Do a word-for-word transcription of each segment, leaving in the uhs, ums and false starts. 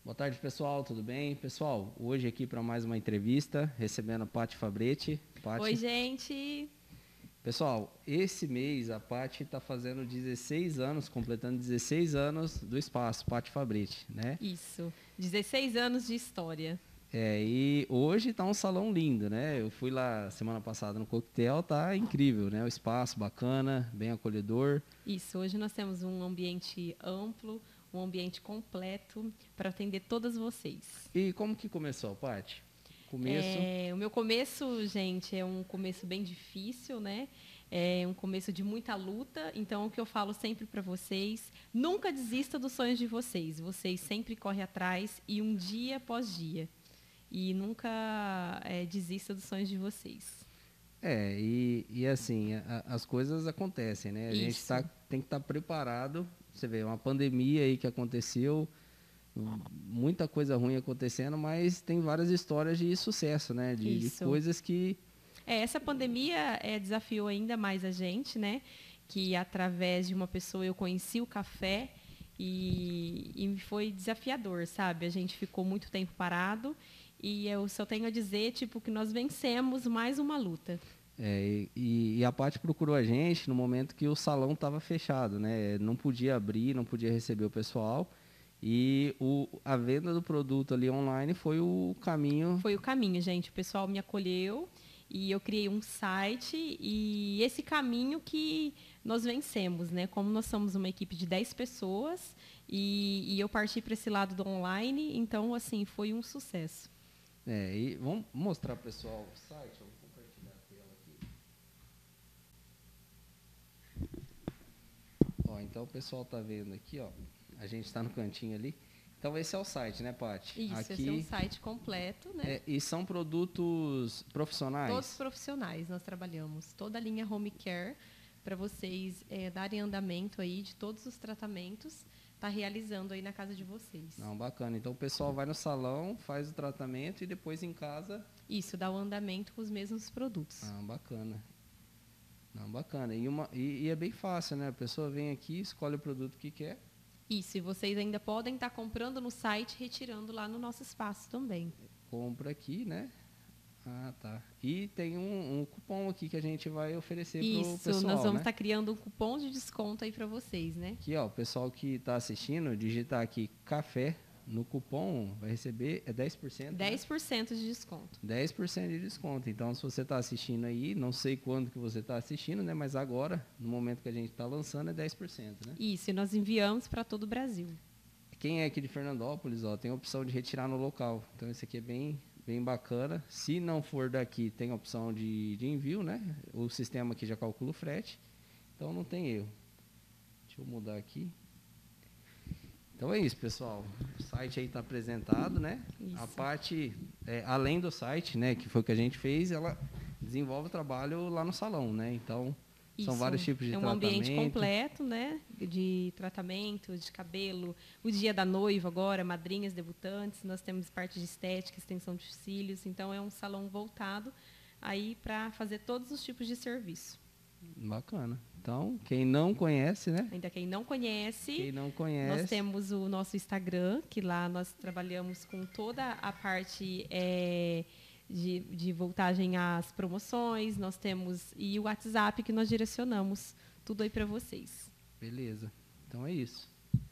Boa tarde, pessoal, tudo bem? Pessoal, hoje aqui para mais uma entrevista, recebendo a Paty Fabretti. Paty. Oi, gente! Pessoal, esse mês a Paty está fazendo dezesseis anos, completando dezesseis anos do espaço, Paty Fabretti, né? Isso, dezesseis anos de história. É, e hoje tá um salão lindo, né? Eu fui lá semana passada no coquetel, tá incrível, né? O espaço bacana, bem acolhedor. Isso, hoje nós temos um ambiente amplo, um ambiente completo para atender todas vocês. E como que começou, Paty? Começo... É, o meu começo, gente, é um começo bem difícil, né? É um começo de muita luta. Então, o que eu falo sempre para vocês, nunca desista dos sonhos de vocês. Vocês sempre correm atrás e um dia após dia. E nunca é, desista dos sonhos de vocês. É, e, e assim, a, as coisas acontecem, né? A Isso. gente tá, tem que estar tá preparado. Você vê, uma pandemia aí que aconteceu, muita coisa ruim acontecendo, mas tem várias histórias de sucesso, né? De, de coisas que... É, essa pandemia é, desafiou ainda mais a gente, né? Que através de uma pessoa eu conheci o café e, e foi desafiador, sabe? A gente ficou muito tempo parado e eu só tenho a dizer, tipo, que nós vencemos mais uma luta. É, e, e a Paty procurou a gente no momento que o salão estava fechado, né? Não podia abrir, não podia receber o pessoal. E o, a venda do produto ali online foi o caminho. Foi o caminho, gente. O pessoal me acolheu e eu criei um site e esse caminho que nós vencemos, né? Como nós somos uma equipe de dez pessoas e, e eu parti para esse lado do online, então, assim, foi um sucesso. É, e vamos mostrar para o pessoal o site. Eu vou compartilhar a tela aqui. Ó, então o pessoal tá vendo aqui, ó. A gente está no cantinho ali. Então esse é o site, né, Paty? Isso, aqui, esse é um site completo, né? É, e são produtos profissionais? Todos profissionais nós trabalhamos. Toda a linha home care para vocês é, darem andamento aí de todos os tratamentos, tá realizando aí na casa de vocês. Não, bacana. Então o pessoal vai no salão, faz o tratamento e depois em casa... Isso, dá o andamento com os mesmos produtos. Ah, bacana. Não, bacana. E, uma, e, e é bem fácil, né? A pessoa vem aqui, escolhe o produto que quer. Isso, e vocês ainda podem estar comprando no site e retirando lá no nosso espaço também. Compra aqui, né? Ah, tá. E tem um, um cupom aqui que a gente vai oferecer para o pessoal, Isso, nós vamos né? estar criando um cupom de desconto aí para vocês, né? Aqui, ó, o pessoal que está assistindo, digitar aqui café no cupom, vai receber, é dez por cento? dez por cento né? de desconto. dez por cento de desconto. Então, se você está assistindo aí, não sei quando que você está assistindo, né? Mas agora, no momento que a gente está lançando, é dez por cento, né? Isso, e nós enviamos para todo o Brasil. Quem é aqui de Fernandópolis, ó, tem a opção de retirar no local. Então, esse aqui é bem, bem bacana. Se não for daqui, tem a opção de, de envio, né? O sistema aqui já calcula o frete. Então, não tem erro. Deixa eu mudar aqui. Então é isso, pessoal. O site aí está apresentado, né? Isso. A parte, é, além do site, né, que foi o que a gente fez, ela desenvolve o trabalho lá no salão, né? Então, isso. São vários tipos de tratamento. É um tratamento. ambiente completo, né? De tratamento, de cabelo. O dia da noiva agora, madrinhas, debutantes. Nós temos parte de estética, extensão de cílios. Então, é um salão voltado aí para fazer todos os tipos de serviço. Bacana. Então, quem não conhece, né? Ainda quem não conhece, quem não conhece, nós temos o nosso Instagram, que lá nós trabalhamos com toda a parte é, de, de voltagem às promoções. Nós temos e o WhatsApp que nós direcionamos tudo aí para vocês. Beleza. Então é isso.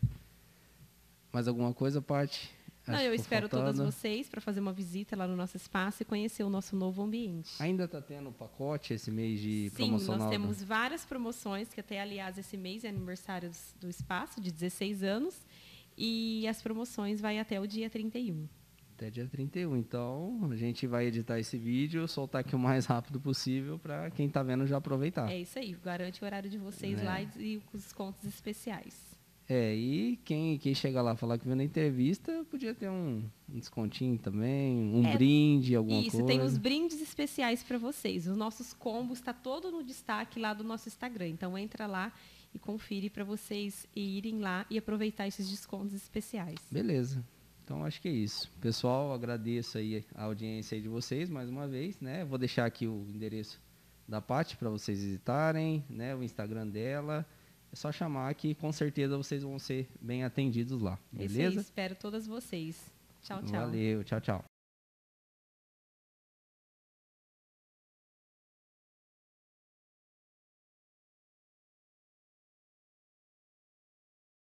Mais alguma coisa, Paty? Não, eu espero faltando. todas vocês para fazer uma visita lá no nosso espaço e conhecer o nosso novo ambiente. Ainda está tendo pacote esse mês de Sim, promocional? Sim, nós temos várias promoções, que até, aliás, esse mês é aniversário do espaço, de dezesseis anos, e as promoções vai até o dia trinta e um. Até dia trinta e um. Então, a gente vai editar esse vídeo, soltar aqui o mais rápido possível para quem está vendo já aproveitar. É isso aí, garante o horário de vocês, né? Lá e, e os descontos especiais. É, e quem, quem chega lá falar que viu na entrevista, podia ter um, um descontinho também, um é, brinde, alguma isso, coisa. Isso, tem os brindes especiais para vocês. Os nossos combos está todo no destaque lá do nosso Instagram. Então, entra lá e confere para vocês irem lá e aproveitar esses descontos especiais. Beleza. Então, acho que é isso. Pessoal, agradeço aí a audiência aí de vocês mais uma vez, né? Vou deixar aqui o endereço da Paty para vocês visitarem, né? O Instagram dela. é só chamar que com certeza vocês vão ser bem atendidos lá, Isso aí, beleza? espero todas vocês. Tchau, tchau. Valeu, tchau, tchau.